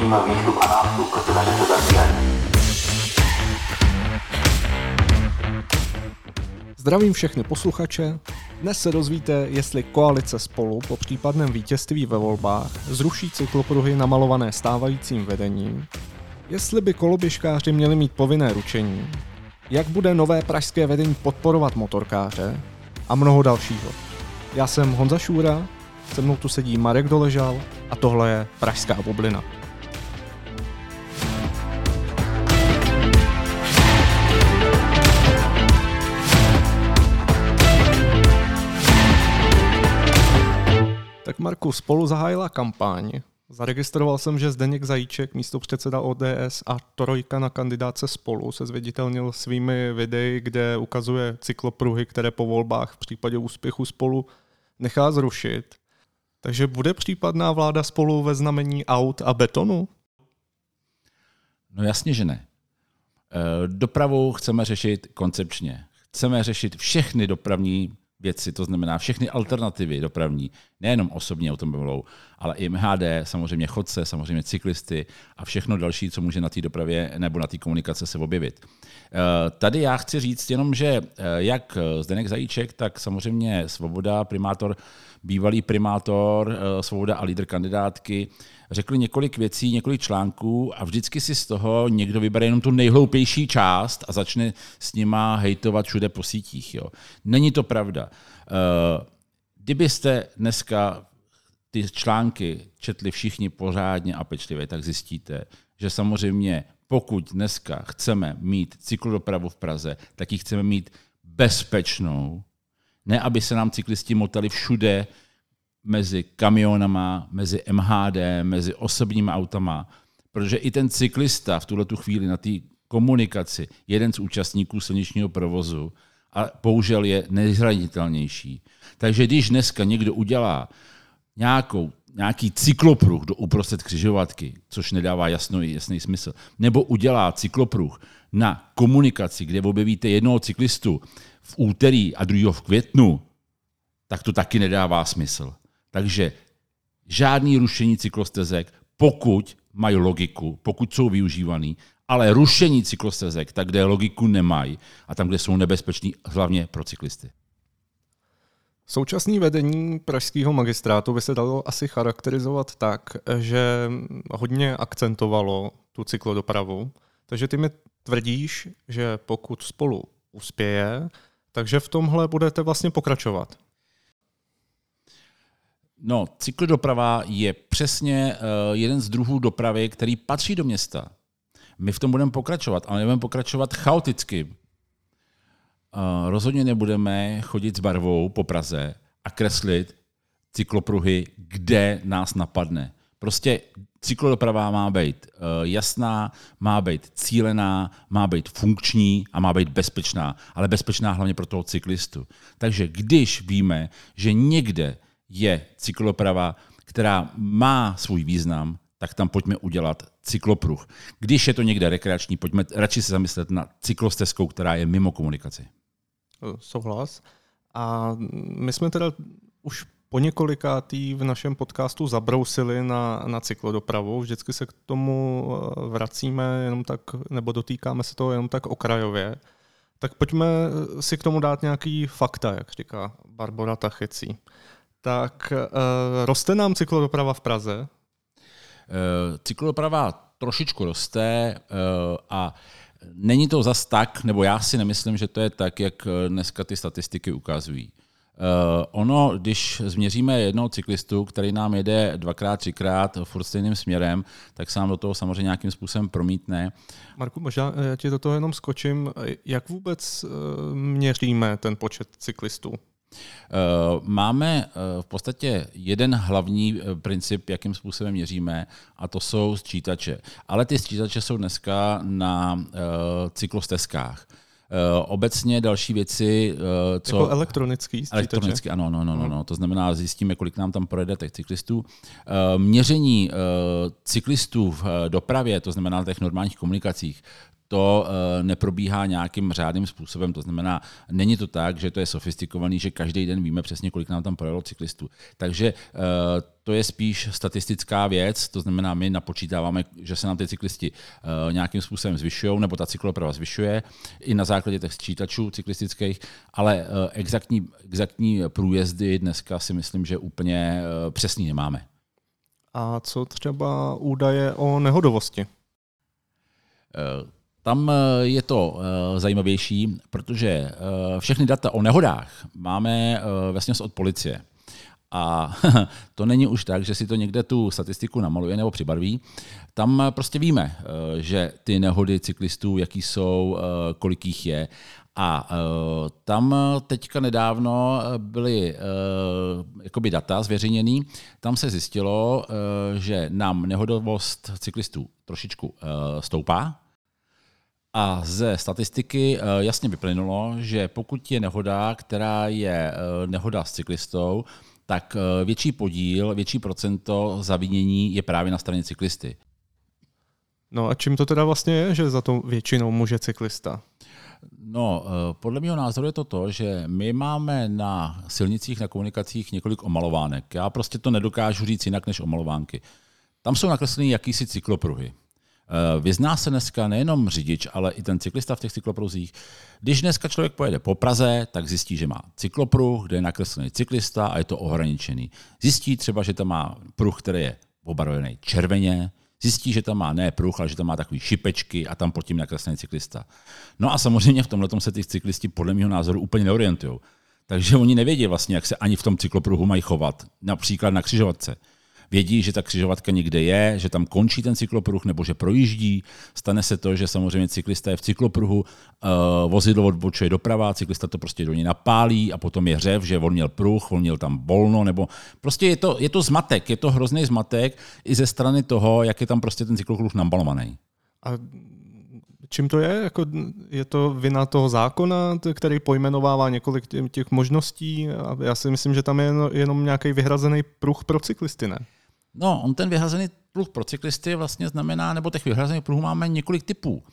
Prosím výstup a nástup pro stanice Gardiel. Zdravím všechny posluchače. Dnes se dozvíte, jestli koalice Spolu po případném vítězství ve volbách zruší cyklopruhy namalované stávajícím vedením, jestli by koloběžkáři měli mít povinné ručení, jak bude nové pražské vedení podporovat motorkáře a mnoho dalšího. Já jsem Honza Šůra, se mnou tu sedí Marek Doležal a tohle je Pražská bublina. Tak Marku, Spolu zahájila kampaň. Zaregistroval jsem, že Zdeněk Zajíček, místopředseda ODS a trojka na kandidátce Spolu se zviditelnil svými videi, kde ukazuje cyklopruhy, které po volbách v případě úspěchu Spolu nechá zrušit. Takže bude případná vláda Spolu ve znamení aut a betonu? No jasně, že ne. Dopravu chceme řešit koncepčně. Chceme řešit všechny dopravní věci, to znamená všechny alternativy dopravní, nejenom osobní automobilou, ale i MHD, samozřejmě chodce, samozřejmě cyklisty a všechno další, co může na té dopravě nebo na té komunikace se objevit. Tady já chci říct jenom, že jak Zdeněk Zajíček, tak samozřejmě Svoboda, bývalý primátor, Svoboda a lídr kandidátky, řekli několik věcí, několik článků a vždycky si z toho někdo vybere jenom tu nejhloupější část a začne s nima hejtovat všude po sítích. Jo. Není to pravda. Kdybyste dneska ty články četli všichni pořádně a pečlivě, tak zjistíte, že samozřejmě pokud dneska chceme mít cyklodopravu v Praze, tak ji chceme mít bezpečnou, ne aby se nám cyklisti motali všude mezi kamionama, mezi MHD, mezi osobními autama, protože i ten cyklista v tuhletu chvíli na té komunikaci, jeden z účastníků silničního provozu a bohužel je nejzranitelnější. Takže když dneska někdo udělá nějaký cyklopruh do uprostřed křižovatky, což nedává jasný smysl, nebo udělá cyklopruh na komunikaci, kde objevíte jednoho cyklistu v úterý a druhého v květnu, tak to taky nedává smysl. Takže žádný rušení cyklostezek, pokud mají logiku, pokud jsou využívaný, ale rušení cyklostezek, tak kde logiku nemají a tam, kde jsou nebezpeční, hlavně pro cyklisty. Současné vedení pražského magistrátu by se dalo asi charakterizovat tak, že hodně akcentovalo tu cyklodopravu, takže ty mi tvrdíš, že pokud Spolu uspěje, takže v tomhle budete vlastně pokračovat. No, cyklodoprava je přesně jeden z druhů dopravy, který patří do města. My v tom budeme pokračovat, ale nebudeme pokračovat chaoticky. Rozhodně nebudeme chodit s barvou po Praze a kreslit cyklopruhy, kde nás napadne. Prostě cyklodoprava má být jasná, má být cílená, má být funkční a má být bezpečná, ale bezpečná hlavně pro toho cyklistu. Takže když víme, že někde je cyklodoprava, která má svůj význam, tak tam pojďme udělat cyklopruh. Když je to někde rekreační, pojďme radši se zamyslet na cyklostezkou, která je mimo komunikaci. Souhlas. A my jsme teda už po několikátý v našem podcastu zabrousili na cyklodopravu. Vždycky se k tomu vracíme jenom tak, nebo dotýkáme se toho jenom tak okrajově. Tak pojďme si k tomu dát nějaký fakta, jak říká Barbora Tachecí. Tak roste nám cyklodoprava v Praze? Cyklodoprava trošičku roste a není to zas tak, nebo já si nemyslím, že to je tak, jak dneska ty statistiky ukazují. Ono, když změříme jednoho cyklistu, který nám jede 2x, 3x furt stejným směrem, tak se nám do toho samozřejmě nějakým způsobem promítne. Marku, možná já ti do toho jenom skočím. Jak vůbec měříme ten počet cyklistů? Máme v podstatě jeden hlavní princip, jakým způsobem měříme, a to jsou sčítače. Ale ty sčítače jsou dneska na cyklostezkách. Obecně další věci, co... Jako elektronický sčítače? Elektronicky, ano. To znamená, zjistíme, kolik nám tam projede těch cyklistů. Měření cyklistů v dopravě, to znamená na těch normálních komunikacích, to neprobíhá nějakým řádným způsobem. To znamená, není to tak, že to je sofistikovaný, že každý den víme přesně, kolik nám tam projelo cyklistů. Takže to je spíš statistická věc, to znamená, my napočítáváme, že se nám ty cyklisti nějakým způsobem zvyšují, nebo ta cyklodoprava zvyšuje, i na základě těch sčítačů cyklistických, ale exaktní průjezdy dneska si myslím, že úplně přesný nemáme. A co třeba údaje o nehodovosti? Tam je to zajímavější, protože všechny data o nehodách máme vlastně od policie. A to není už tak, že si to někde tu statistiku namaluje nebo přibarví. Tam prostě víme, že ty nehody cyklistů, jaký jsou, kolik jich je. A tam teďka nedávno byly jakoby data zveřejněný. Tam se zjistilo, že nám nehodovost cyklistů trošičku stoupá. A ze statistiky jasně vyplynulo, že pokud je nehoda, která je nehoda s cyklistou, tak větší podíl, větší procento zavinění je právě na straně cyklisty. No a čím to teda vlastně je, že za to většinou může cyklista? No, podle mého názoru je to, že my máme na silnicích, na komunikacích několik omalovánek. Já prostě to nedokážu říct jinak než omalovánky. Tam jsou nakreslené jakýsi cyklopruhy. Vyzná se dneska nejenom řidič, ale i ten cyklista v těch cyklopruzích. Když dneska člověk pojede po Praze, tak zjistí, že má cyklopruh, kde je nakreslený cyklista a je to ohraničený. Zjistí třeba, že tam má pruh, který je obarvený červeně, zjistí, že tam má ne pruh, ale že tam má takový šipečky a tam pod tím nakreslený cyklista. No a samozřejmě v tomhletom se ty cyklisti podle mého názoru úplně neorientují. Takže oni nevědí vlastně, jak se ani v tom cyklopruhu mají chovat, například na křižovatce. Vědí, že ta křižovatka někde je, že tam končí ten cyklopruh nebo že projíždí. Stane se to, že samozřejmě cyklista je v cyklopruhu, vozidlo odbočuje doprava, cyklista to prostě do něj napálí a potom je řev, že on měl pruh, on měl tam volno, nebo prostě je to zmatek, je to hrozný zmatek i ze strany toho, jak je tam prostě ten cyklopruh nabalovaný. A čím to je? Je to vina toho zákona, který pojmenovává několik těch možností? A já si myslím, že tam je jenom nějaký vyhrazený pruh pro cyklisty, ne? No, on ten vyhrazený pruh pro cyklisty vlastně znamená, nebo těch vyhrazených pruhů máme několik typů.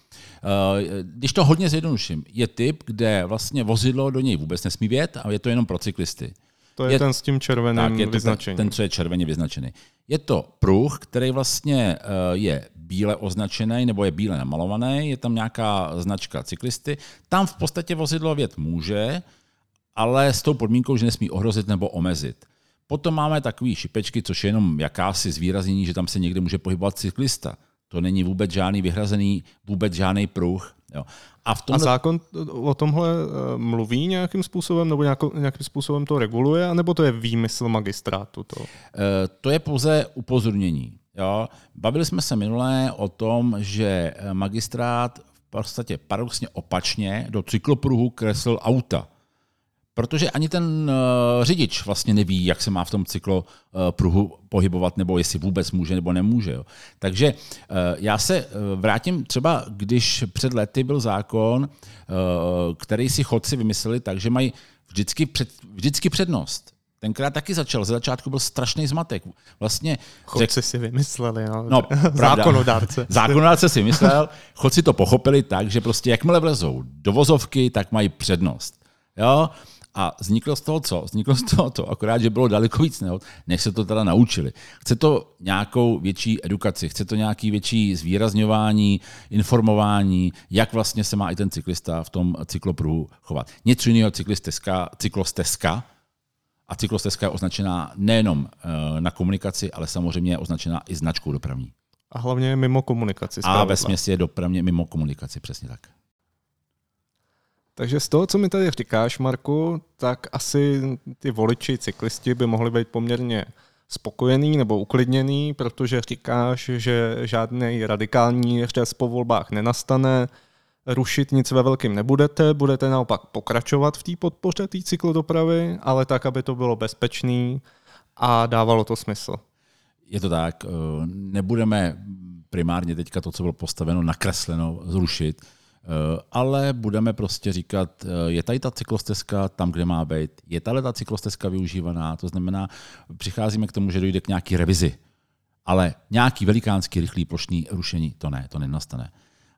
Když to hodně zjednoduším, je typ, kde vlastně vozidlo do něj vůbec nesmí vjet a je to jenom pro cyklisty. To je ten s tím červeným vyznačením. Ten, co je červeně vyznačený. Je to pruh, který vlastně je bíle označený nebo je bíle namalovaný, je tam nějaká značka cyklisty. Tam v podstatě vozidlo vjet může, ale s tou podmínkou, že nesmí ohrozit nebo omezit. Potom máme takové šipečky, což je jenom jakási zvýraznění, že tam se někde může pohybovat cyklista. To není vůbec žádný vyhrazený, vůbec žádný pruh. Jo. A zákon o tomhle mluví nějakým způsobem, nebo nějakým způsobem to reguluje, anebo to je výmysl magistrátu? To je pouze upozornění. Jo. Bavili jsme se minule o tom, že magistrát v podstatě paradoxně opačně do cyklopruhu kreslil auta. Protože ani ten řidič vlastně neví, jak se má v tom cyklopruhu pohybovat, nebo jestli vůbec může nebo nemůže. Jo. Takže já se vrátím třeba, když před lety byl zákon, který si chodci vymysleli tak, že mají vždycky přednost. Tenkrát taky začal, ze začátku byl strašný zmatek. Vlastně chodci si vymysleli, no, zákonodárce. Zákonodárce si myslel, chodci to pochopili tak, že prostě jakmile vlezou do vozovky, tak mají přednost. Jo? A vzniklo z toho co? Vzniklo z toho to, akorát, že bylo daleko víc nehod, než se to teda naučili. Chce to nějakou větší edukaci, chce to nějaký větší zvýrazňování, informování, jak vlastně se má i ten cyklista v tom cyklopruhu chovat. Něco jiného cyklostezka. A cyklostezka je označená nejenom na komunikaci, ale samozřejmě je označená i značkou dopravní. A hlavně je mimo komunikaci. A vesměs je dopravně mimo komunikaci, přesně tak. Takže z toho, co mi tady říkáš, Marku, tak asi ty voliči, cyklisti by mohli být poměrně spokojení nebo uklidnění, protože říkáš, že žádný radikální řez po volbách nenastane, rušit nic ve velkým budete naopak pokračovat v té podpoře té cyklodopravy, ale tak, aby to bylo bezpečný a dávalo to smysl. Je to tak, nebudeme primárně teďka to, co bylo postaveno, nakresleno, zrušit, ale budeme prostě říkat, je tady ta cyklostezka tam, kde má být, je tahle ta cyklostezka využívaná, to znamená, přicházíme k tomu, že dojde k nějaký revizi, ale nějaký velikánský, rychlý, plošný rušení, to nenastane.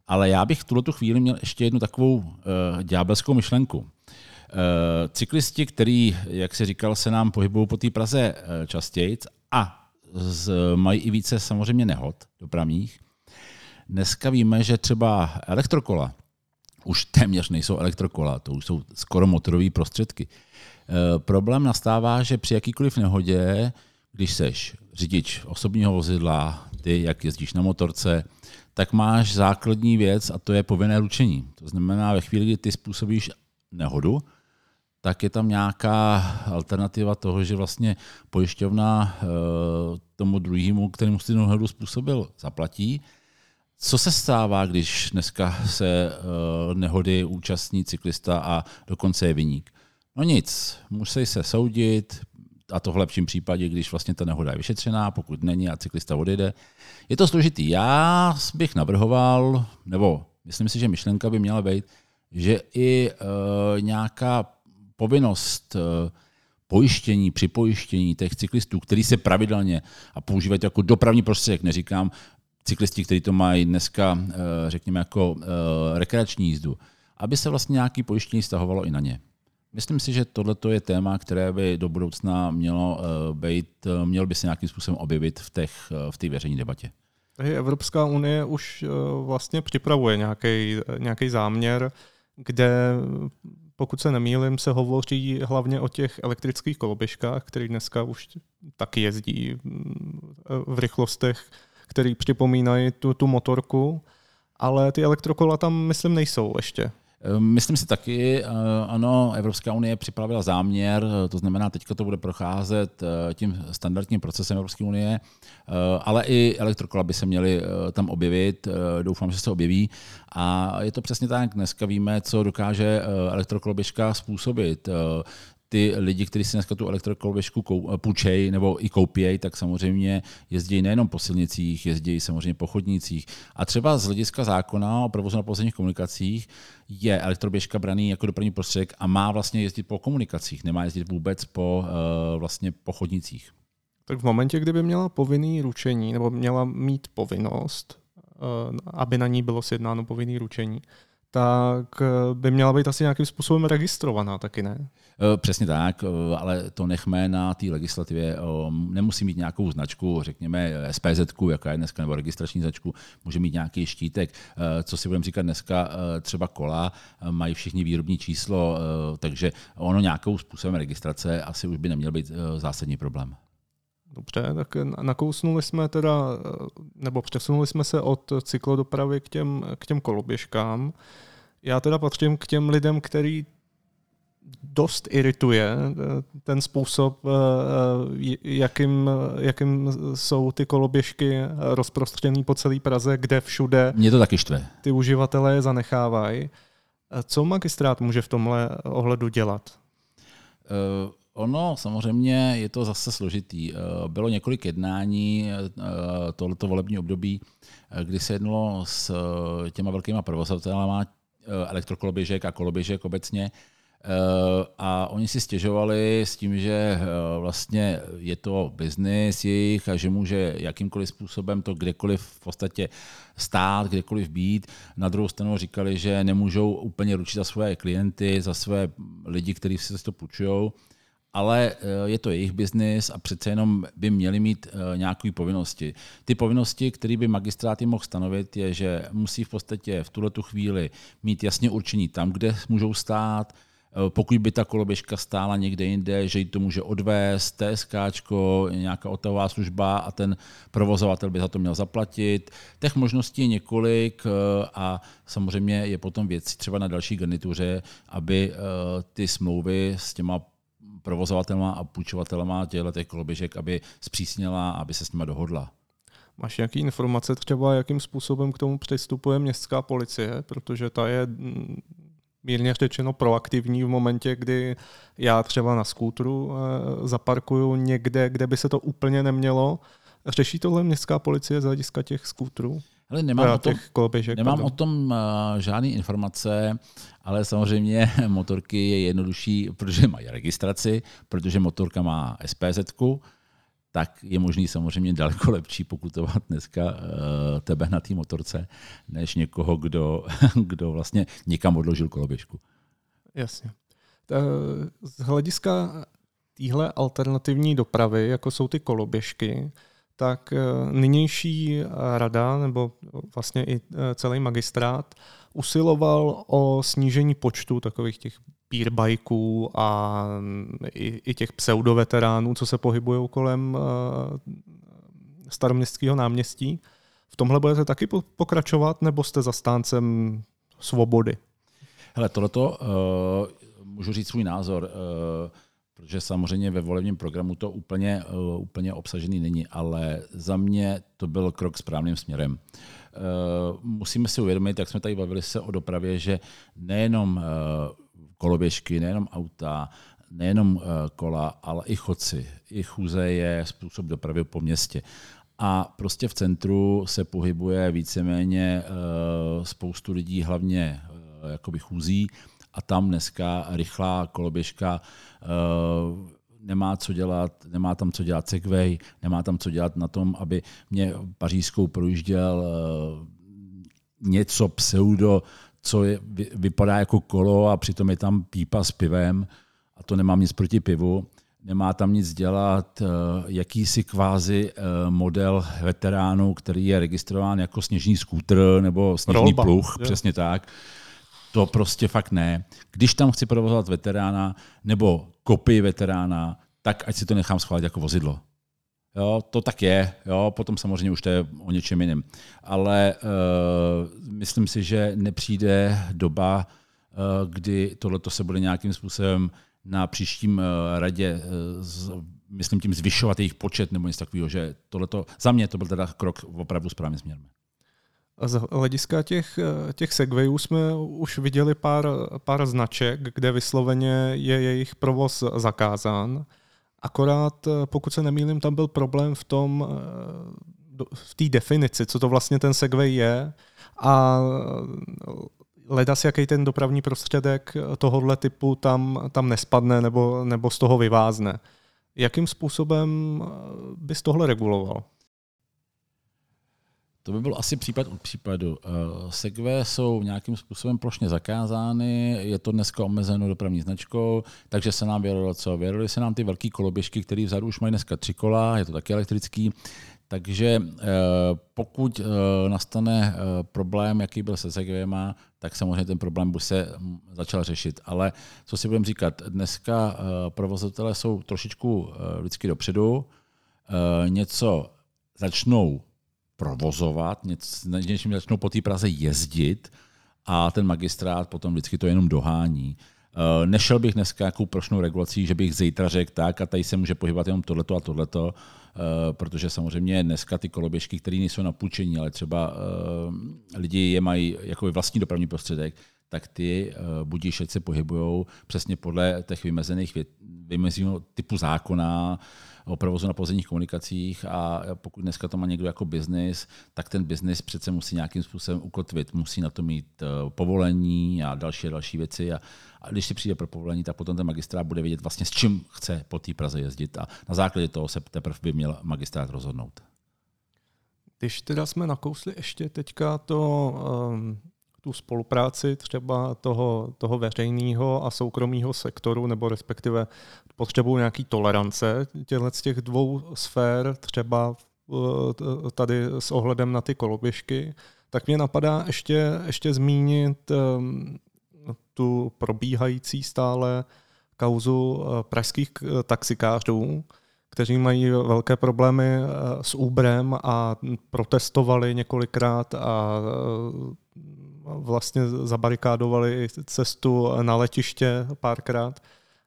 Ale já bych v tuhletu chvíli měl ještě jednu takovou ďábelskou myšlenku. Cyklisti, který, jak se říkal, se nám pohybují po té Praze častěji a mají i více samozřejmě nehod dopravních. Dneska víme, že třeba elektrokola už téměř nejsou elektrokola, to už jsou skoro motorové prostředky. Problém nastává, že při jakýkoliv nehodě, když seš řidič osobního vozidla, ty, jak jezdíš na motorce, tak máš základní věc a to je povinné ručení. To znamená, ve chvíli, kdy ty způsobíš nehodu, tak je tam nějaká alternativa toho, že vlastně pojišťovna tomu druhému, kterému si nehodu způsobil, zaplatí. Co se stává, když dneska se nehody účastní cyklista a dokonce je viník? No nic, musí se soudit, a to v lepším případě, když vlastně ta nehoda je vyšetřená, pokud není a cyklista odjede. Je to složitý. Já bych navrhoval, nebo myslím si, že myšlenka by měla být, že i nějaká povinnost pojištění, připojištění těch cyklistů, který se pravidelně a používají jako dopravní prostředek, neříkám cyklisti, kteří to mají dneska, řekněme, jako rekreační jízdu, aby se vlastně nějaké pojištění stahovalo i na ně. Myslím si, že tohle je téma, které by do budoucna mělo by se nějakým způsobem objevit v té veřejné debatě. Tady Evropská unie už vlastně připravuje nějaký záměr, kde, pokud se nemýlím, se hovoří hlavně o těch elektrických koloběžkách, které dneska už taky jezdí v rychlostech, které připomínají tu motorku, ale ty elektrokola tam, myslím, nejsou ještě. Myslím si taky, ano, Evropská unie připravila záměr, to znamená, teďka to bude procházet tím standardním procesem Evropské unie, ale i elektrokola by se měly tam objevit, doufám, že se objeví. A je to přesně tak, dneska víme, co dokáže elektrokoloběžka způsobit. Ty lidi, kteří si dneska tu elektrokoloběžku půjčejí nebo i koupějí, tak samozřejmě jezdí nejenom po silnicích, jezdí samozřejmě po chodnících. A třeba z hlediska zákona o provozu na pozemních komunikacích je elektroběžka braný jako dopravní prostředek a má vlastně jezdit po komunikacích, nemá jezdit vůbec vlastně po chodnicích. Tak v momentě, kdyby měla povinný ručení nebo měla mít povinnost, aby na ní bylo sjednáno povinný ručení, tak by měla být asi nějakým způsobem registrovaná, taky ne? Přesně tak, ale to nechme na té legislativě. Nemusí mít nějakou značku, řekněme SPZ, jaká je dneska, nebo registrační značku, může mít nějaký štítek. Co si budeme říkat dneska, třeba kola mají všichni výrobní číslo, takže ono nějakou způsobem registrace asi už by neměl být zásadní problém. Dobře, tak nakousnuli jsme teda, nebo přesunuli jsme se od cyklodopravy k těm koloběžkám. Já teda patřím k těm lidem, který dost irituje ten způsob, jakým jsou ty koloběžky rozprostřený po celé Praze, kde všude mě to taky štve. Ty uživatelé je zanechávají. Co magistrát může v tomhle ohledu dělat? Ono samozřejmě je to zase složitý. Bylo několik jednání tohleto volební období, kdy se jednalo s těma velkýma provozovatelama elektrokoloběžek a koloběžek obecně a oni si stěžovali s tím, že vlastně je to biznis jejich a že může jakýmkoliv způsobem to kdekoliv v podstatě stát, kdekoliv být. Na druhou stranu říkali, že nemůžou úplně ručit za své klienty, za své lidi, kteří si to půjčujou, ale je to jejich biznis a přece jenom by měli mít nějaké povinnosti. Ty povinnosti, které by magistráty mohl stanovit, je, že musí v podstatě v tuhletu chvíli mít jasně určení tam, kde můžou stát. Pokud by ta koloběžka stála někde jinde, že ji to může odvést, TSKčko, nějaká odtahová služba a ten provozovatel by za to měl zaplatit. Těch možností je několik a samozřejmě je potom věc třeba na další garnituře, aby ty smlouvy s těma provozovatelema a půjčovatelema těch koloběžek, aby zpřísnila, aby se s nima dohodla. Máš nějaké informace třeba, jakým způsobem k tomu přistupuje městská policie, protože ta je mírně řečeno proaktivní v momentě, kdy já třeba na skútru zaparkuju někde, kde by se to úplně nemělo. Řeší tohle městská policie z hlediska těch skútrů? Ale nemám o tom žádné informace, ale samozřejmě motorky je jednodušší, protože mají registraci, protože motorka má SPZ-ku tak je možný samozřejmě daleko lepší pokutovat dneska tebe na té motorce, než někoho, kdo vlastně někam odložil koloběžku. Jasně. Z hlediska téhle alternativní dopravy, jako jsou ty koloběžky, tak nynější rada, nebo vlastně i celý magistrát, usiloval o snížení počtu takových těch peerbajků a i těch pseudoveteránů, co se pohybují kolem Staroměstského náměstí. V tomhle budete taky pokračovat, nebo jste zastáncem svobody? Hele, tohleto můžu říct svůj názor, protože samozřejmě ve volebním programu to úplně obsažený není, ale za mě to byl krok správným směrem. Musíme si uvědomit, jak jsme tady bavili se o dopravě, že nejenom koloběžky, nejenom auta, nejenom kola, ale i chodci, i chůze je způsob dopravy po městě. A prostě v centru se pohybuje víceméně spoustu lidí, hlavně jakoby chůzí, a tam dneska rychlá koloběžka nemá co dělat, nemá tam co dělat segway, nemá tam co dělat na tom, aby mě Pařížskou projížděl něco pseudo, co vypadá jako kolo a přitom je tam pípa s pivem a to nemám nic proti pivu. Nemá tam nic dělat jakýsi kvázi model veteránu, který je registrován jako sněžný skútr nebo sněžný pluh, přesně tak. To prostě fakt ne. Když tam chci provozovat veterána nebo kopii veterána, tak ať si to nechám schválit jako vozidlo. Jo, to tak je, jo, potom samozřejmě už to je o něčem jiném. Ale myslím si, že nepřijde doba, kdy tohleto se bude nějakým způsobem na příštím radě, myslím tím zvyšovat jejich počet nebo něco takového, že tohleto, za mě to byl teda krok opravdu správným směrem. A z hlediska těch segwayů jsme už viděli pár značek, kde vysloveně je jejich provoz zakázán. Akorát, pokud se nemýlím, tam byl problém v té definici, co to vlastně ten segway je a ledas jaký ten dopravní prostředek tohohle typu tam nespadne nebo z toho vyvázne. Jakým způsobem bys tohle reguloval? To by byl asi případ od případu. Segway jsou nějakým způsobem plošně zakázány, je to dneska omezeno dopravní značkou, takže se nám věřilo co? Věřily se nám ty velké koloběžky, které vzadu už mají dneska 3 kola, je to taky elektrický, takže pokud nastane problém, jaký byl se segwayema, tak samozřejmě ten problém by se začal řešit. Ale co si budeme říkat, dneska provozovatelé jsou trošičku vždycky dopředu, něco začnou provozovat, něčím začnou po té Praze jezdit a ten magistrát potom vždycky to jenom dohání. Nešel bych dneska jakou plošnou regulací, že bych zítra řekl tak a tady se může pohybovat jenom tohleto a tohleto, protože samozřejmě dneska ty koloběžky, které nejsou na půjčení, ale třeba lidi je mají jako vlastní dopravní prostředek, tak ty budíš, ať se pohybujou přesně podle těch vymezeného typu zákona o provozu na pozemních komunikacích a pokud dneska to má někdo jako biznis, tak ten biznis přece musí nějakým způsobem ukotvit. Musí na to mít povolení a další věci a když si přijde pro povolení, tak potom ten magistrát bude vědět vlastně s čím chce po té Praze jezdit a na základě toho se teprve by měl magistrát rozhodnout. Když teda jsme nakousli ještě teďka tu spolupráci třeba toho veřejného a soukromého sektoru, nebo respektive potřebu nějaký tolerance z těch dvou sfér, třeba tady s ohledem na ty koloběžky, tak mě napadá ještě zmínit tu probíhající stále kauzu pražských taxikářů, kteří mají velké problémy s Uberem a protestovali několikrát a vlastně zabarikádovali cestu na letiště párkrát.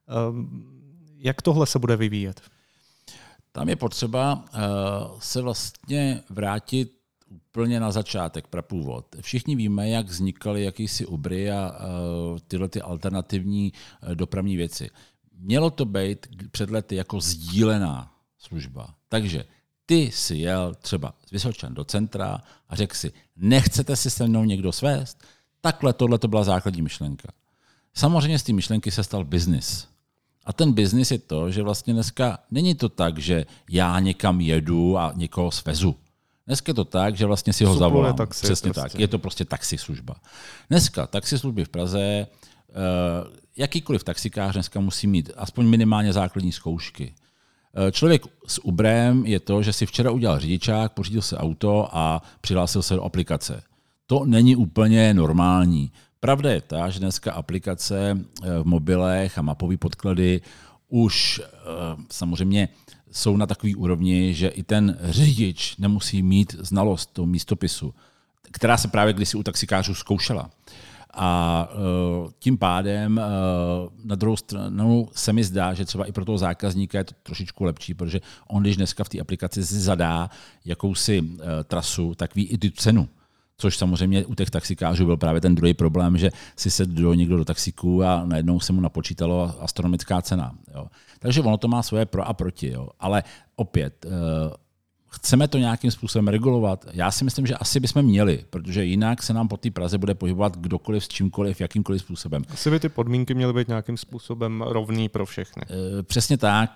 Jak tohle se bude vyvíjet? Tam je potřeba se vlastně vrátit úplně na začátek, prapůvod. Všichni víme, jak vznikaly jakýsi Ubery a tyhle ty alternativní dopravní věci. Mělo to být před lety jako sdílená služba. Takže ty si jel třeba z Vysočan do centra a řekl si, nechcete si se mnou někdo svést? Takhle tohle to byla základní myšlenka. Samozřejmě z té myšlenky se stal biznis. A ten biznis je to, že vlastně dneska není to tak, že já někam jedu a někoho svezu. Dneska je to tak, že vlastně si ho zavolám. Taxi, přesně prostě. tak. Je to prostě taxislužba. Dneska taxislužby v Praze, jakýkoliv taxikář dneska musí mít aspoň minimálně základní zkoušky. Člověk s Uberem je to, že si včera udělal řidičák, pořídil se auto a přihlásil se do aplikace. To není úplně normální. Pravda je ta, že dneska aplikace v mobilech a mapové podklady už samozřejmě jsou na takový úrovni, že i ten řidič nemusí mít znalost toho místopisu, která se právě kdysi u taxikářů zkoušela. A tím pádem na druhou stranu se mi zdá, že třeba i pro toho zákazníka je to trošičku lepší, protože on, když dneska v té aplikaci si zadá jakousi trasu, tak ví i tu cenu. Což samozřejmě u těch taxikářů byl právě ten druhý problém, že si sedl někdo do taxíku a najednou se mu napočítalo astronomická cena. Jo. Takže ono to má svoje pro a proti. Jo. Ale opět, chceme to nějakým způsobem regulovat? Já si myslím, že asi bychom měli, protože jinak se nám po té Praze bude pohybovat kdokoliv s čímkoliv, jakýmkoliv způsobem. Asi by ty podmínky měly být nějakým způsobem rovný pro všechny. Přesně tak.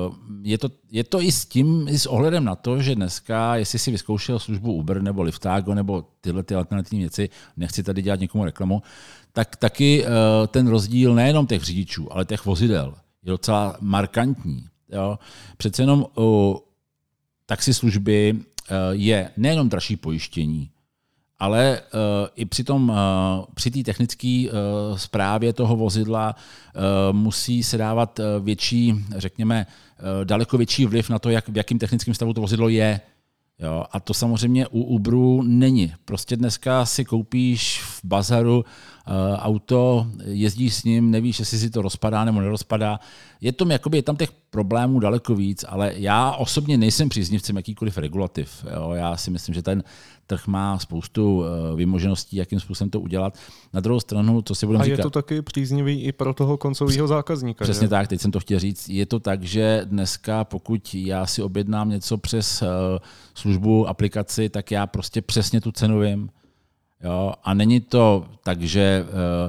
Je to i s ohledem na to, že dneska, jestli si vyzkoušel službu Uber nebo Liftago nebo tyhle alternativní věci, nechci tady dělat někomu reklamu, tak taky ten rozdíl nejenom těch řidičů, ale těch vozidel je docela markantní. Jo? Přece jenom taxislužby je nejenom dražší pojištění, ale i při té technické správě toho vozidla musí se dávat větší, řekněme, daleko větší vliv na to, v jakém technickém stavu to vozidlo je. Jo, a to samozřejmě u Uberu není. Prostě dneska si koupíš v bazaru auto, jezdíš s ním, nevíš, jestli si to rozpadá nebo nerozpadá. Je tam těch problémů daleko víc, ale já osobně nejsem příznivcem jakýkoliv regulativ. Jo, já si myslím, že ten trh má spoustu vymožeností, jakým způsobem to udělat. Na druhou stranu, co si budeme říkat... A je to taky příznivý i pro toho koncového zákazníka. Přesně že? tak, teď jsem to chtěl říct. Je to tak, že dneska, pokud já si objednám něco přes službu, aplikaci, tak já prostě přesně tu cenu vím. Jo? A není to tak, že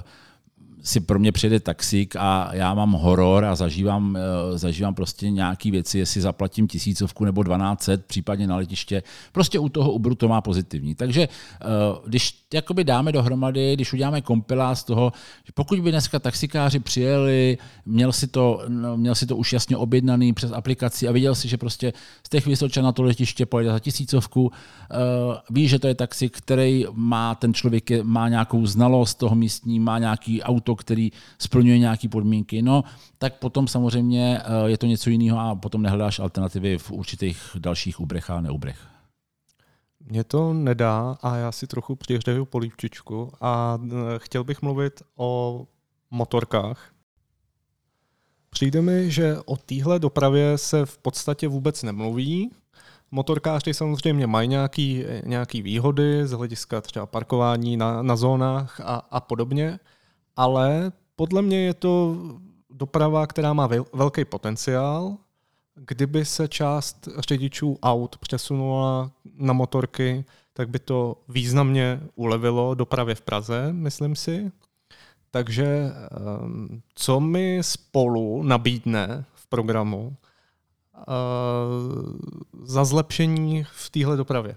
si pro mě přijede taxík a já mám horor a zažívám prostě nějaké věci, jestli zaplatím 1000 nebo 1200, případně na letiště. Prostě u toho Uberu to má pozitivní. Takže když jakoby dáme dohromady, když uděláme kompilát z toho, že pokud by dneska taxikáři přijeli, měl si to už jasně objednaný přes aplikaci a viděl si, že prostě z těch Vysočan na to letiště pojede za 1000, ví, že to je taxík, který má, ten člověk má nějakou znalost toho místní, má nějaký auto, který splňuje nějaké podmínky, no, tak potom samozřejmě je to něco jiného a potom nehledáš alternativy v určitých dalších Uberech a neubrech. Mně to nedá a já si trochu přihřeju polívčičku a chtěl bych mluvit o motorkách. Přijde mi, že o téhle dopravě se v podstatě vůbec nemluví. Motorkáři samozřejmě mají nějaký výhody z hlediska třeba parkování na zónách a podobně, ale podle mě je to doprava, která má velký potenciál. Kdyby se část řidičů aut přesunula na motorky, tak by to významně ulevilo dopravě v Praze, myslím si. Takže co mi Spolu nabídne v programu za zlepšení v téhle dopravě?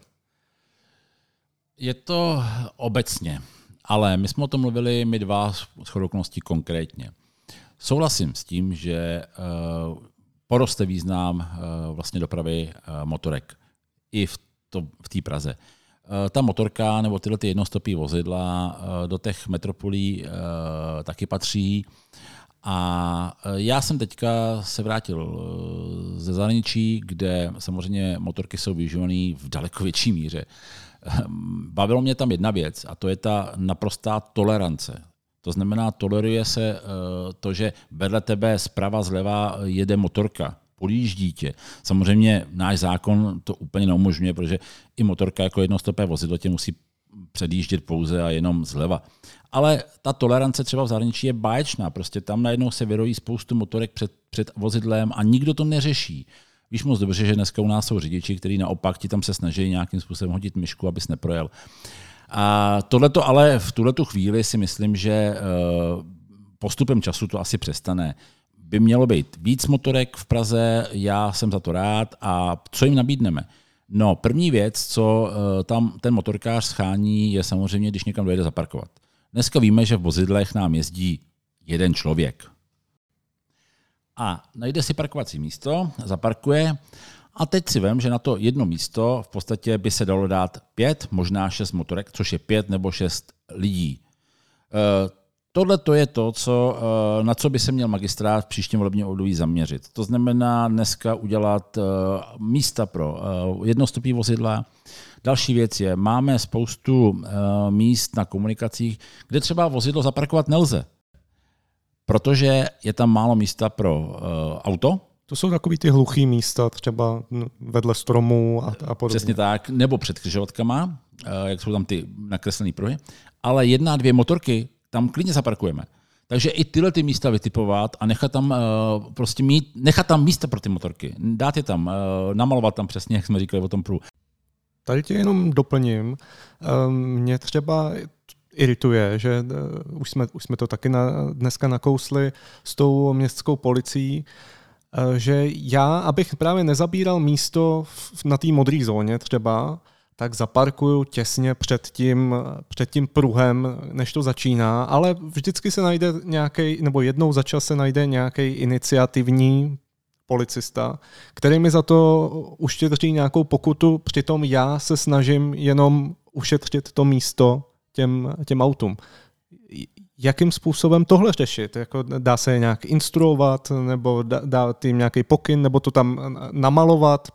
Je to obecně, ale my jsme o tom mluvili my dva shodou okolností konkrétně. Souhlasím s tím, že poroste význam vlastně dopravy motorek i v té Praze. Ta motorka nebo tyhle jednostopí vozidla do těch metropolí taky patří. A já jsem teďka se vrátil ze zahraničí, kde samozřejmě motorky jsou využívané v daleko větší míře. Bavilo mě tam jedna věc a to je ta naprostá tolerance. To znamená, toleruje se to, že vedle tebe zprava zleva jede motorka, podjíždí tě. Samozřejmě náš zákon to úplně neumožňuje, protože i motorka jako jednostopé vozidlo tě musí předjíždět pouze a jenom zleva. Ale ta tolerance třeba v zahraničí je báječná. Prostě tam najednou se vyrojí spoustu motorek před vozidlem a nikdo to neřeší. Víš moc dobře, že dneska u nás jsou řidiči, kteří naopak ti tam se snaží nějakým způsobem hodit myšku, abys neprojel. A tohleto ale v tuhletu chvíli si myslím, že postupem času to asi přestane. by mělo být víc motorek v Praze, já jsem za to rád. A co jim nabídneme? No, první věc, co tam ten motorkář schání, je samozřejmě, když někam dojede zaparkovat. Dneska víme, že v vozidlech nám jezdí jeden člověk. A najde si parkovací místo, zaparkuje a teď si vem, že na to jedno místo v podstatě by se dalo dát 5, možná 6 motorek, což je 5 nebo 6 lidí. Tohle to je to, na co by se měl magistrát v příštím volebním období zaměřit. To znamená dneska udělat místa pro jednostopí vozidla. Další věc je, máme spoustu míst na komunikacích, kde třeba vozidlo zaparkovat nelze, protože je tam málo místa pro auto. To jsou takový ty hluchý místa, třeba vedle stromů a podobně. Přesně tak, nebo před křižovatkama, jak jsou tam ty nakreslené pruhy, ale 1 a 2 motorky tam klidně zaparkujeme. Takže i tyhle ty místa vytipovat a nechat tam místa pro ty motorky. Dát je tam, namalovat tam přesně, jak jsme říkali o tom pruhu. Tady tě jenom doplním. Mě třeba irituje, že už jsme to taky dneska nakousli s tou městskou policií, že já, abych právě nezabíral místo na té modré zóně třeba, tak zaparkuju těsně před tím pruhem, než to začíná, ale vždycky se najde nějaký, nebo jednou za čas se najde nějaký iniciativní policista, který mi za to uštědří nějakou pokutu, přitom já se snažím jenom ušetřit to místo těm autům. Jakým způsobem tohle řešit? Jako dá se je nějak instruovat, nebo dát jim nějaký pokyn, nebo to tam namalovat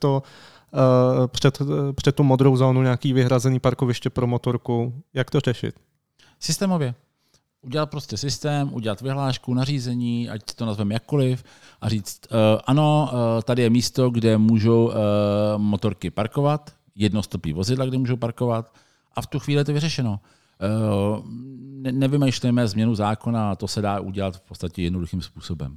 před tu modrou zónu nějaký vyhrazený parkoviště pro motorku? Jak to řešit? Systémově. Udělat prostě systém, udělat vyhlášku, nařízení, ať to nazveme jakkoliv, a říct, ano, tady je místo, kde můžou motorky parkovat, jednostopí vozidla, kde můžou parkovat, a v tu chvíli je to vyřešeno. Nevymýšlejme změnu zákona, to se dá udělat v podstatě jednoduchým způsobem.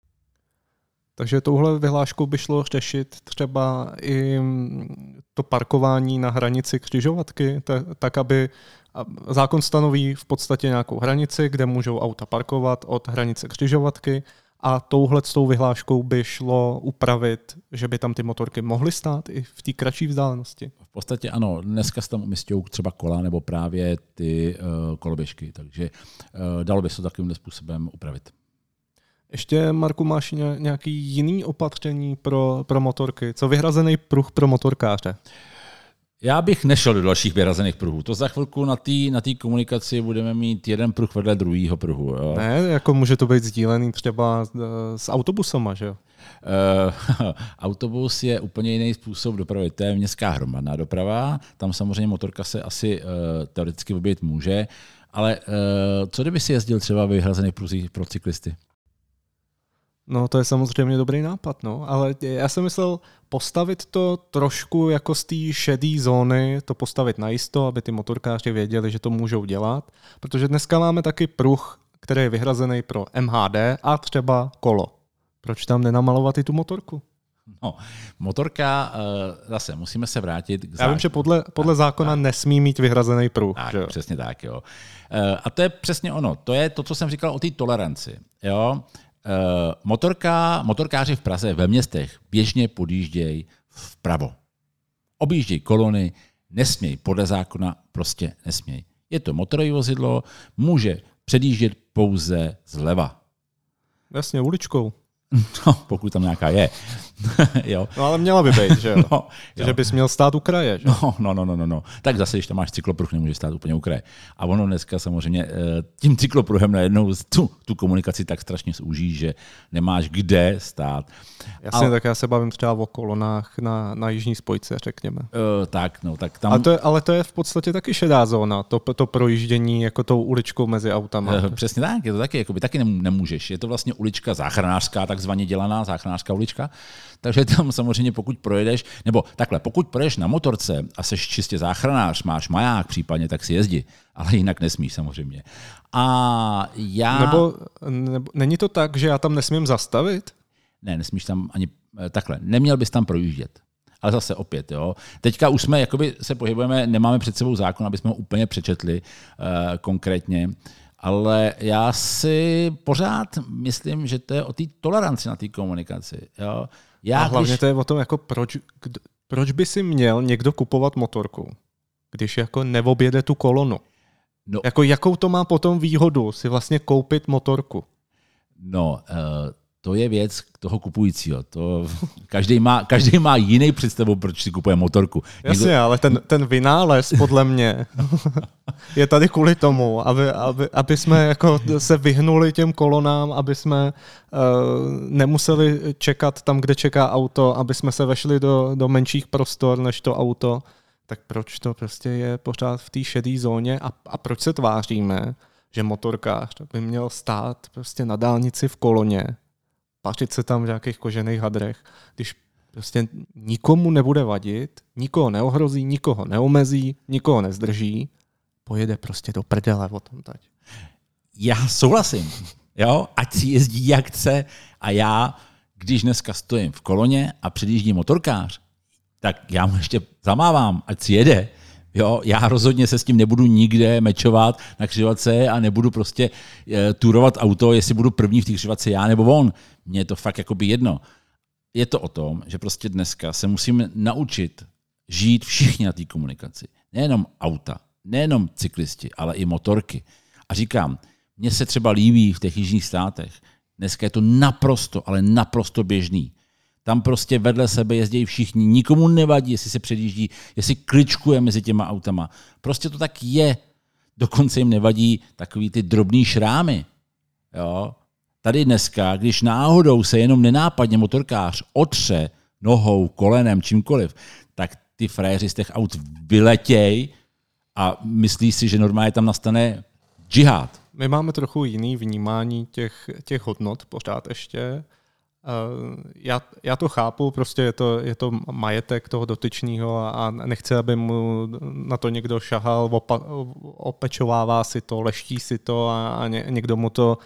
Takže touhle vyhláškou by šlo řešit třeba i to parkování na hranici křižovatky, tak aby zákon stanoví v podstatě nějakou hranici, kde můžou auta parkovat od hranice křižovatky, a touhletou vyhláškou by šlo upravit, že by tam ty motorky mohly stát i v té kratší vzdálenosti. V podstatě ano, dneska se tam umístějí třeba kola nebo právě ty koloběžky, takže dalo by se to takovým způsobem upravit. Ještě, Marku, máš nějaký jiný opatření pro motorky? Co vyhrazený pruh pro motorkáře? Já bych nešel do dalších vyhrazených pruhů. To za chvilku na té komunikaci budeme mít jeden pruh vedle druhého pruhu. Jo. Ne, jako může to být sdílený třeba s autobusama, že jo? Autobus je úplně jiný způsob dopravy. To je městská hromadná doprava. Tam samozřejmě motorka se asi teoreticky objevit může. Ale co kdyby si jezdil třeba ve vyhrazených pruzích pro cyklisty? No, to je samozřejmě dobrý nápad, no, ale já jsem myslel postavit to trošku jako z té šedé zóny, to postavit najisto, aby ty motorkáři věděli, že to můžou dělat, protože dneska máme taky pruh, který je vyhrazený pro MHD a třeba kolo. Proč tam nenamalovat i tu motorku? No, motorka, zase musíme se vrátit k zákonu. Já vím, že podle zákona nesmí mít vyhrazený pruh. Tak, že? Přesně tak, jo. A to je přesně ono. To je to, co jsem říkal o té toleranci, jo. Motorkáři v Praze ve městech běžně podjíždějí vpravo. Objíždějí kolony, nesmějí, podle zákona prostě nesmějí. Je to motorové vozidlo, může předjíždět pouze zleva. Jasně, uličkou. No, pokud tam nějaká je. Jo. No ale měla by být, že jo? No, že bys měl stát u kraje, že? No. Tak zase, když tam máš cyklopruh, nemůže stát úplně u kraje. A ono dneska samozřejmě tím cyklopruhem najednou tu komunikaci tak strašně zúží, že nemáš kde stát. Jasně, tak já se bavím třeba o kolonách na jižní spojce, řekněme. Tak tam... Ale to je v podstatě taky šedá zóna, to projíždění jako tou uličkou mezi autama. Přesně tak, je to taky nemůžeš. Je to vlastně ulička záchranářská, takzvaně dělaná záchranářská ulička. Takže tam samozřejmě pokud projedeš, nebo takhle, pokud projedeš na motorce a seš čistě záchranář, máš maják případně, tak si jezdi, ale jinak nesmíš samozřejmě. A já... Nebo není to tak, že já tam nesmím zastavit? Ne, nesmíš tam ani takhle. Neměl bys tam projíždět. Ale zase opět, jo. Teďka už jsme jakoby se pohybujeme, nemáme před sebou zákon, aby jsme ho úplně přečetli konkrétně. Ale já si pořád myslím, že to je o té toleranci na té komunikaci. Jo? A hlavně to je o tom, jako proč by si měl někdo kupovat motorku, když jako neobjede tu kolonu. No, jako jakou to má potom výhodu si vlastně koupit motorku? No, to je věc toho kupujícího. Každý má jiný představu, proč si kupuje motorku. Jasně, ale ten vynález podle mě je tady kvůli tomu, aby jsme jako se vyhnuli těm kolonám, aby jsme nemuseli čekat tam, kde čeká auto, aby jsme se vešli do menších prostor než to auto. Tak proč to prostě je pořád v té šedé zóně a proč se tváříme, že motorkář by měl stát prostě na dálnici v koloně, pařit se tam v nějakých kožených hadrech, když prostě nikomu nebude vadit, nikoho neohrozí, nikoho neomezí, nikoho nezdrží, pojede prostě do prdele o tom teď. Já souhlasím, jo, ať si jezdí jak chce a já, když dneska stojím v koloně a předjíždí motorkář, tak já mu ještě zamávám, ať si jede. Jo, já rozhodně se s tím nebudu nikde mečovat na křižovatce a nebudu prostě turovat auto, jestli budu první v té křižovatce já nebo on. Mně je to fakt jakoby jedno. Je to o tom, že prostě dneska se musíme naučit žít všichni na té komunikaci. Nejenom auta, nejenom cyklisti, ale i motorky. A říkám, mně se třeba líbí v těch jižních státech. Dneska je to naprosto, ale naprosto běžný. Tam prostě vedle sebe jezdí všichni, nikomu nevadí, jestli se předjíždí, jestli kličkuje mezi těma autama. Prostě to tak je. Dokonce jim nevadí takový ty drobný šrámy. Jo? Tady dneska, když náhodou se jenom nenápadně motorkář otře nohou, kolenem, čímkoliv, tak ty frajeři z těch aut vyletěj a myslí si, že normálně tam nastane džihad. My máme trochu jiný vnímání těch hodnot pořád ještě. Já to chápu, prostě je to majetek toho dotyčného a nechci, aby mu na to někdo šahal, opečovává si to, leští si to a někdo mu to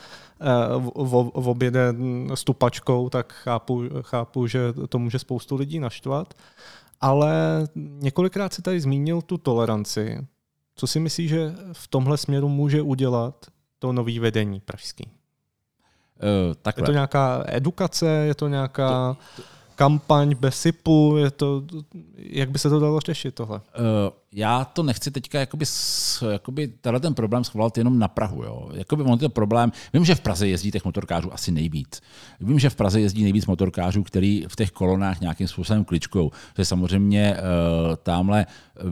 objede stupačkou, tak chápu, že to může spoustu lidí naštvat. Ale několikrát si tady zmínil tu toleranci. Co si myslíš, že v tomhle směru může udělat to nový vedení pražský? Takhle. Je to nějaká edukace, je to nějaká kampaň bez sypu, jak by se to dalo řešit tohle? Já to nechci teďka tenhle ten problém schvalat jenom na Prahu. Jo. On ten problém, vím, že v Praze jezdí těch motorkářů asi nejvíc. Vím, že v Praze jezdí nejvíc motorkářů, který v těch kolonách nějakým způsobem kličkou. Že samozřejmě tamhle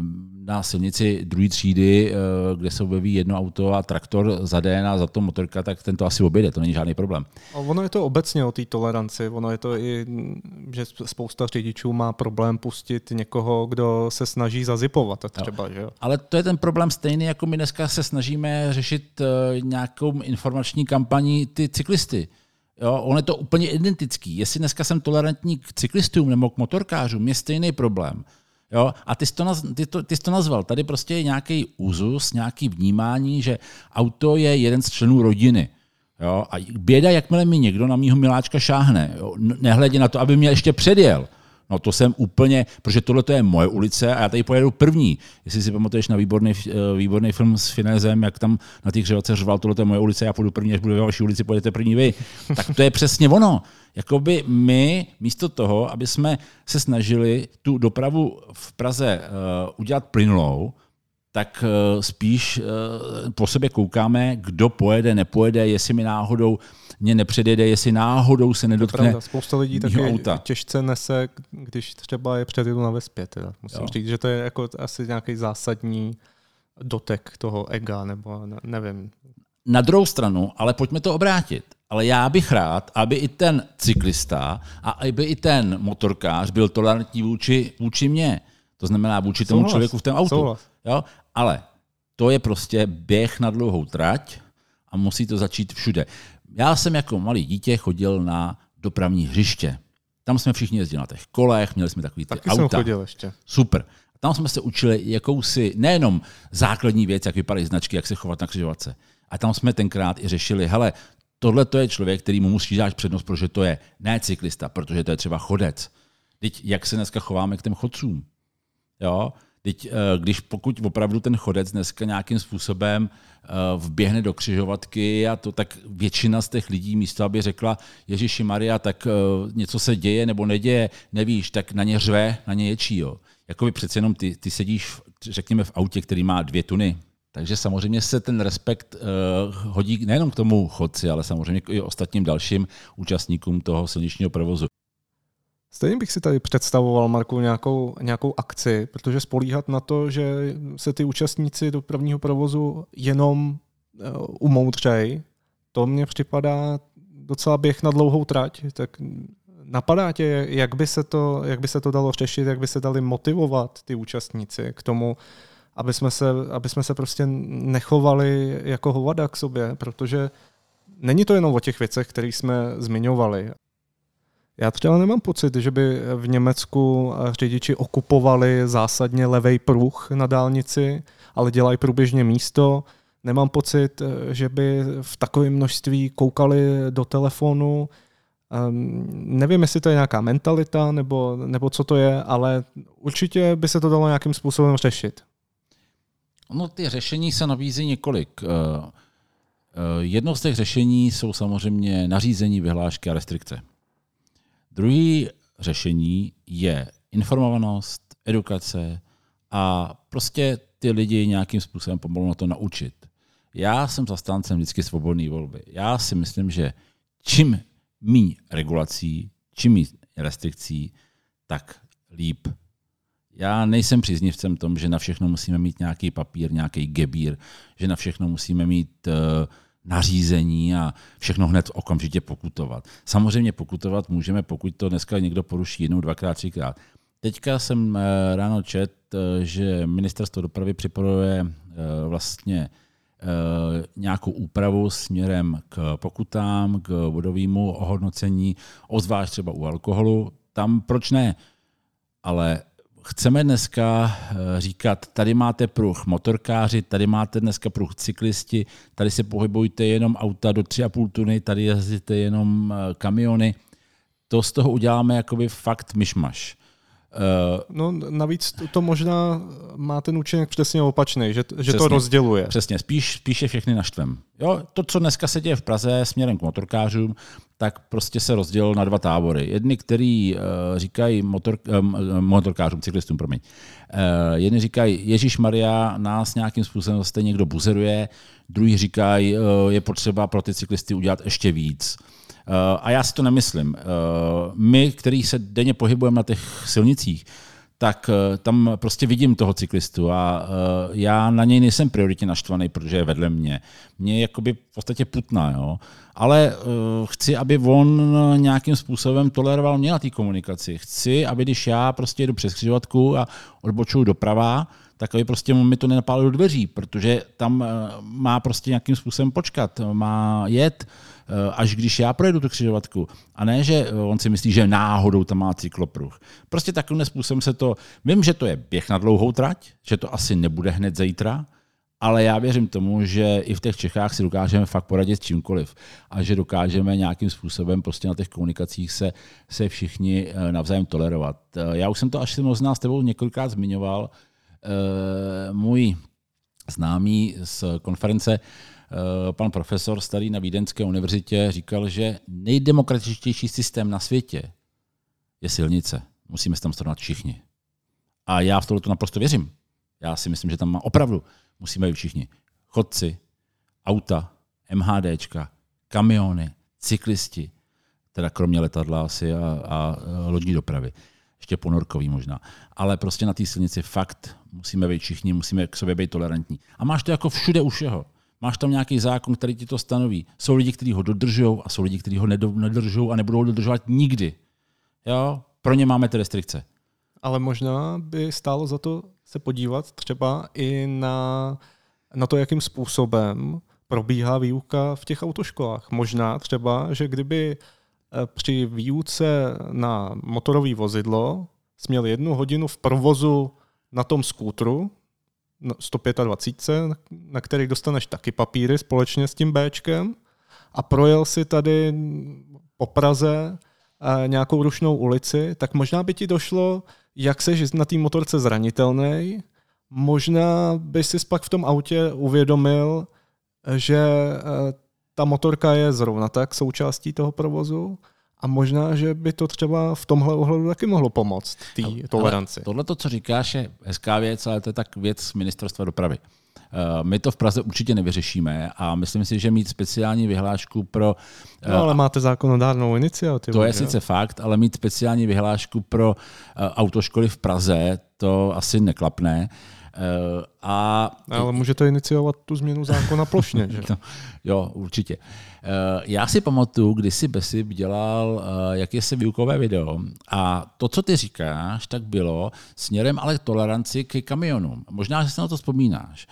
na silnici druhé třídy, kde se objeví jedno auto a traktor za den a za to motorka, tak ten to asi objede, to není žádný problém. A ono je to obecně o té toleranci, ono je to i, že spousta řidičů má problém pustit někoho, kdo se snaží zazipovat. Třeba, že jo? Ale to je ten problém stejný, jako my dneska se snažíme řešit nějakou informační kampaní ty cyklisty. Jo, on je to úplně identický. Jestli dneska jsem tolerantní k cyklistům nebo k motorkářům, je stejný problém. Jo? A ty jsi to nazval. Tady prostě je nějaký úzus, nějaký vnímání, že auto je jeden z členů rodiny. Jo? A běda, jakmile mi někdo na mýho miláčka šáhne, jo? Nehledě na to, aby mě ještě předjel. No to jsem úplně, protože tohle je moje ulice a já tady pojedu první. Jestli si pamatuješ na výborný film s Finezem, jak tam na těch křižovatce řval, tohle je moje ulice, já půjdu první, až budu ve vaší ulici, pojedete první vy. Tak to je přesně ono. Jakoby my místo toho, aby jsme se snažili tu dopravu v Praze udělat plynulou, tak spíš po sobě koukáme, kdo pojede, nepojede, jestli mi náhodou mě nepředjede, jestli náhodou se nedotkne. Spousta lidí taky těžce nese, když třeba je předjedu na vespě. Musím říct, že to je jako asi nějaký zásadní dotek toho ega, nebo nevím. Na druhou stranu, ale pojďme to obrátit. Ale já bych rád, aby i ten cyklista a aby i ten motorkář byl tolerantní vůči mně. To znamená vůči tomu člověku v tom autu. Jo? Ale to je prostě běh na dlouhou trať a musí to začít všude. Já jsem jako malý dítě chodil na dopravní hřiště. Tam jsme všichni jezdili na těch kolech, měli jsme takový ty taky auta. Jsem chodil ještě. Super. Tam jsme se učili jakousi, nejenom základní věc, jak vypadají značky, jak se chovat na křižovatce. A tam jsme tenkrát i řešili, hele, tohle to je člověk, který mu musí dát přednost, protože to je ne cyklista, protože to je třeba chodec. Teď jak se dneska chováme k těm chodcům? Jo? Teď, pokud opravdu ten chodec dneska nějakým způsobem vběhne do křižovatky a to, tak většina z těch lidí místo, aby řekla Ježiši Maria, tak něco se děje nebo neděje, nevíš, tak na ně řve, na ně ječí. Jo. Jakoby přece jenom ty sedíš, řekněme, v autě, který má 2 tuny. Takže samozřejmě se ten respekt hodí nejenom k tomu chodci, ale samozřejmě i ostatním dalším účastníkům toho silničního provozu. Stejně bych si tady představoval, Marku, nějakou akci, protože spolíhat na to, že se ty účastníci dopravního provozu jenom umoudřej, to mně připadá docela běh na dlouhou trať. Tak napadá tě, jak by se to dalo řešit, jak by se dali motivovat ty účastníci k tomu, aby jsme se prostě nechovali jako hovada k sobě, protože není to jenom o těch věcech, které jsme zmiňovali. Já třeba nemám pocit, že by v Německu řidiči okupovali zásadně levej pruh na dálnici, ale dělají průběžně místo. Nemám pocit, že by v takovém množství koukali do telefonu. Nevím, jestli to je nějaká mentalita nebo co to je, ale určitě by se to dalo nějakým způsobem řešit. No, ty řešení se nabízí několik. Jedno z těch řešení jsou samozřejmě nařízení, vyhlášky a restrikce. Druhé řešení je informovanost, edukace a prostě ty lidi nějakým způsobem pomalu na to naučit. Já jsem zastáncem vždycky svobodné volby. Já si myslím, že čím míň regulací, čím míň restrikcí, tak líp. Já nejsem příznivcem tom, že na všechno musíme mít nějaký papír, nějaký gebír, že na všechno musíme mít nařízení a všechno hned okamžitě pokutovat. Samozřejmě pokutovat můžeme, pokud to dneska někdo poruší 1, 2krát, 3krát. Teďka jsem ráno čet, že ministerstvo dopravy připravuje vlastně nějakou úpravu směrem k pokutám, k bodovému ohodnocení, obzvlášť třeba u alkoholu. Tam proč ne? Ale chceme dneska říkat, tady máte pruh motorkáři, tady máte dneska pruh cyklisti, tady se pohybujte jenom auta do 3,5 tuny, tady jezdíte jenom kamiony. To z toho uděláme jakoby fakt myšmaš. No navíc to možná má ten účinek přesně opačný, že to rozděluje. Přesně, spíše všechny naštvem. Jo, to, co dneska se děje v Praze směrem k motorkářům, tak prostě se rozdělilo na 2 tábory. Jedni, který říkají motorkářům, cyklistům, promiň. Jedni říkají, Ježišmarja, nás nějakým způsobem zase někdo buzeruje, druhý říkají, je potřeba pro ty cyklisty udělat ještě víc. A já si to nemyslím. My, kteří se denně pohybujeme na těch silnicích, tak tam prostě vidím toho cyklistu a já na něj nejsem prioritně naštvaný, protože je vedle mě. Mě jakoby v podstatě putná, jo. Ale chci, aby on nějakým způsobem toleroval mě na té komunikaci. Chci, aby když já prostě jedu přes křižovatku a odbočuju doprava, tak aby prostě mi to nenapálilo do dveří, protože tam má prostě nějakým způsobem počkat, má jet, až když já projedu tu křižovatku. A ne, že on si myslí, že náhodou tam má cyklopruh. Prostě takovým způsobem se to... Vím, že to je běh na dlouhou trať, že to asi nebude hned zítra, ale já věřím tomu, že i v těch Čechách si dokážeme fakt poradit s čímkoliv a že dokážeme nějakým způsobem prostě na těch komunikacích se všichni navzájem tolerovat. Já už jsem to až možná s tebou několikrát zmiňoval. Můj známý z konference, pan profesor starý na Vídeňské univerzitě, říkal, že nejdemokratičtější systém na světě je silnice. Musíme se tam srovnat všichni. A já v tohleto naprosto věřím. Já si myslím, že tam opravdu musíme být všichni. Chodci, auta, MHDčka, kamiony, cyklisti, teda kromě letadla asi a lodní dopravy. Ještě ponorkový možná. Ale prostě na té silnici fakt musíme být všichni, musíme k sobě být tolerantní. A máš to jako všude u všeho. Máš tam nějaký zákon, který ti to stanoví. Jsou lidi, kteří ho dodržují a jsou lidi, kteří ho nedodržují a nebudou ho dodržovat nikdy. Jo? Pro ně máme ty restrikce. Ale možná by stálo za to se podívat třeba i na to, jakým způsobem probíhá výuka v těch autoškolách. Možná třeba, že kdyby při výuce na motorové vozidlo jsi měl 1 hodinu v provozu na tom skútru, 125, na který dostaneš taky papíry společně s tím Bčkem a projel si tady po Praze nějakou rušnou ulici, tak možná by ti došlo, jak seš na té motorce zranitelnej, Možná by si pak v tom autě uvědomil, že ta motorka je zrovna tak součástí toho provozu a možná, že by to třeba v tomhle ohledu taky mohlo pomoct té toleranci. Tohle, co říkáš, je hezká věc, ale to je tak věc ministerstva dopravy. My to v Praze určitě nevyřešíme a myslím si, že mít speciální vyhlášku pro... No, ale máte zákonodárnou iniciativu. To je sice fakt, ale mít speciální vyhlášku pro autoškoly v Praze, to asi neklapne. Ale můžete iniciovat tu změnu zákona plošně, že? No, jo, určitě. Já si pamatuju, když si BESIP dělal jakési výukové video a to, co ty říkáš, tak bylo směrem ale k toleranci k kamionům. Možná, že si na to vzpomínáš.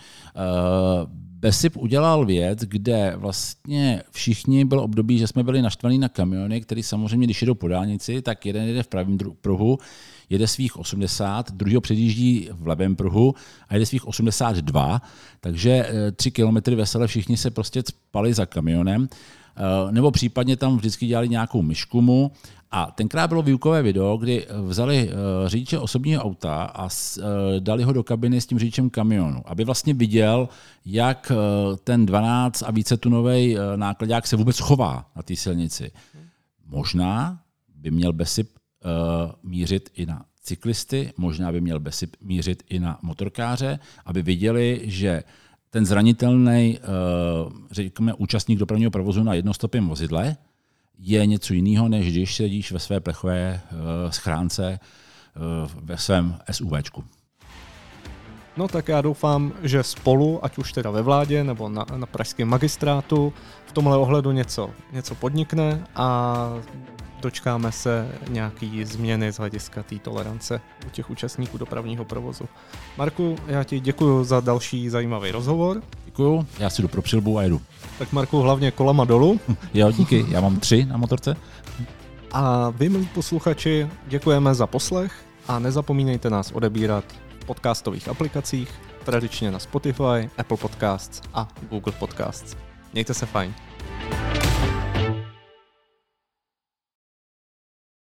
BESIP udělal věc, kde vlastně všichni bylo období, že jsme byli naštvaní na kamiony, který samozřejmě, když jedou po dálnici, tak jeden jede v pravém pruhu, jede svých 80, druhýho předjíždí v levém pruhu a jede svých 82, takže 3 kilometry vesele všichni se prostě spali za kamionem, nebo případně tam vždycky dělali nějakou myškumu. A tenkrát bylo výukové video, kdy vzali řidiče osobního auta a dali ho do kabiny s tím řidičem kamionu, aby vlastně viděl, jak ten 12 a více tunový nákladák se vůbec chová na té silnici. Možná by měl BESIP mířit i na cyklisty, možná by měl BESIP mířit i na motorkáře, aby viděli, že ten zranitelný, řekněme, účastník dopravního provozu na jednostopém vozidle je něco jiného, než když sedíš ve své plechové schránce ve svém SUVčku. No tak já doufám, že spolu, ať už teda ve vládě nebo na pražském magistrátu, v tomhle ohledu něco podnikne a dočkáme se nějaký změny z hlediska té tolerance u těch účastníků dopravního provozu. Marku, já ti děkuji za další zajímavý rozhovor. Děkuju, já si jdu pro přilbu a jedu. Tak Marku, hlavně kolama dolů. Jo, díky, já mám 3 na motorce. A vy, milí posluchači, děkujeme za poslech a nezapomínejte nás odebírat v podcastových aplikacích, tradičně na Spotify, Apple Podcasts a Google Podcasts. Mějte se fajn.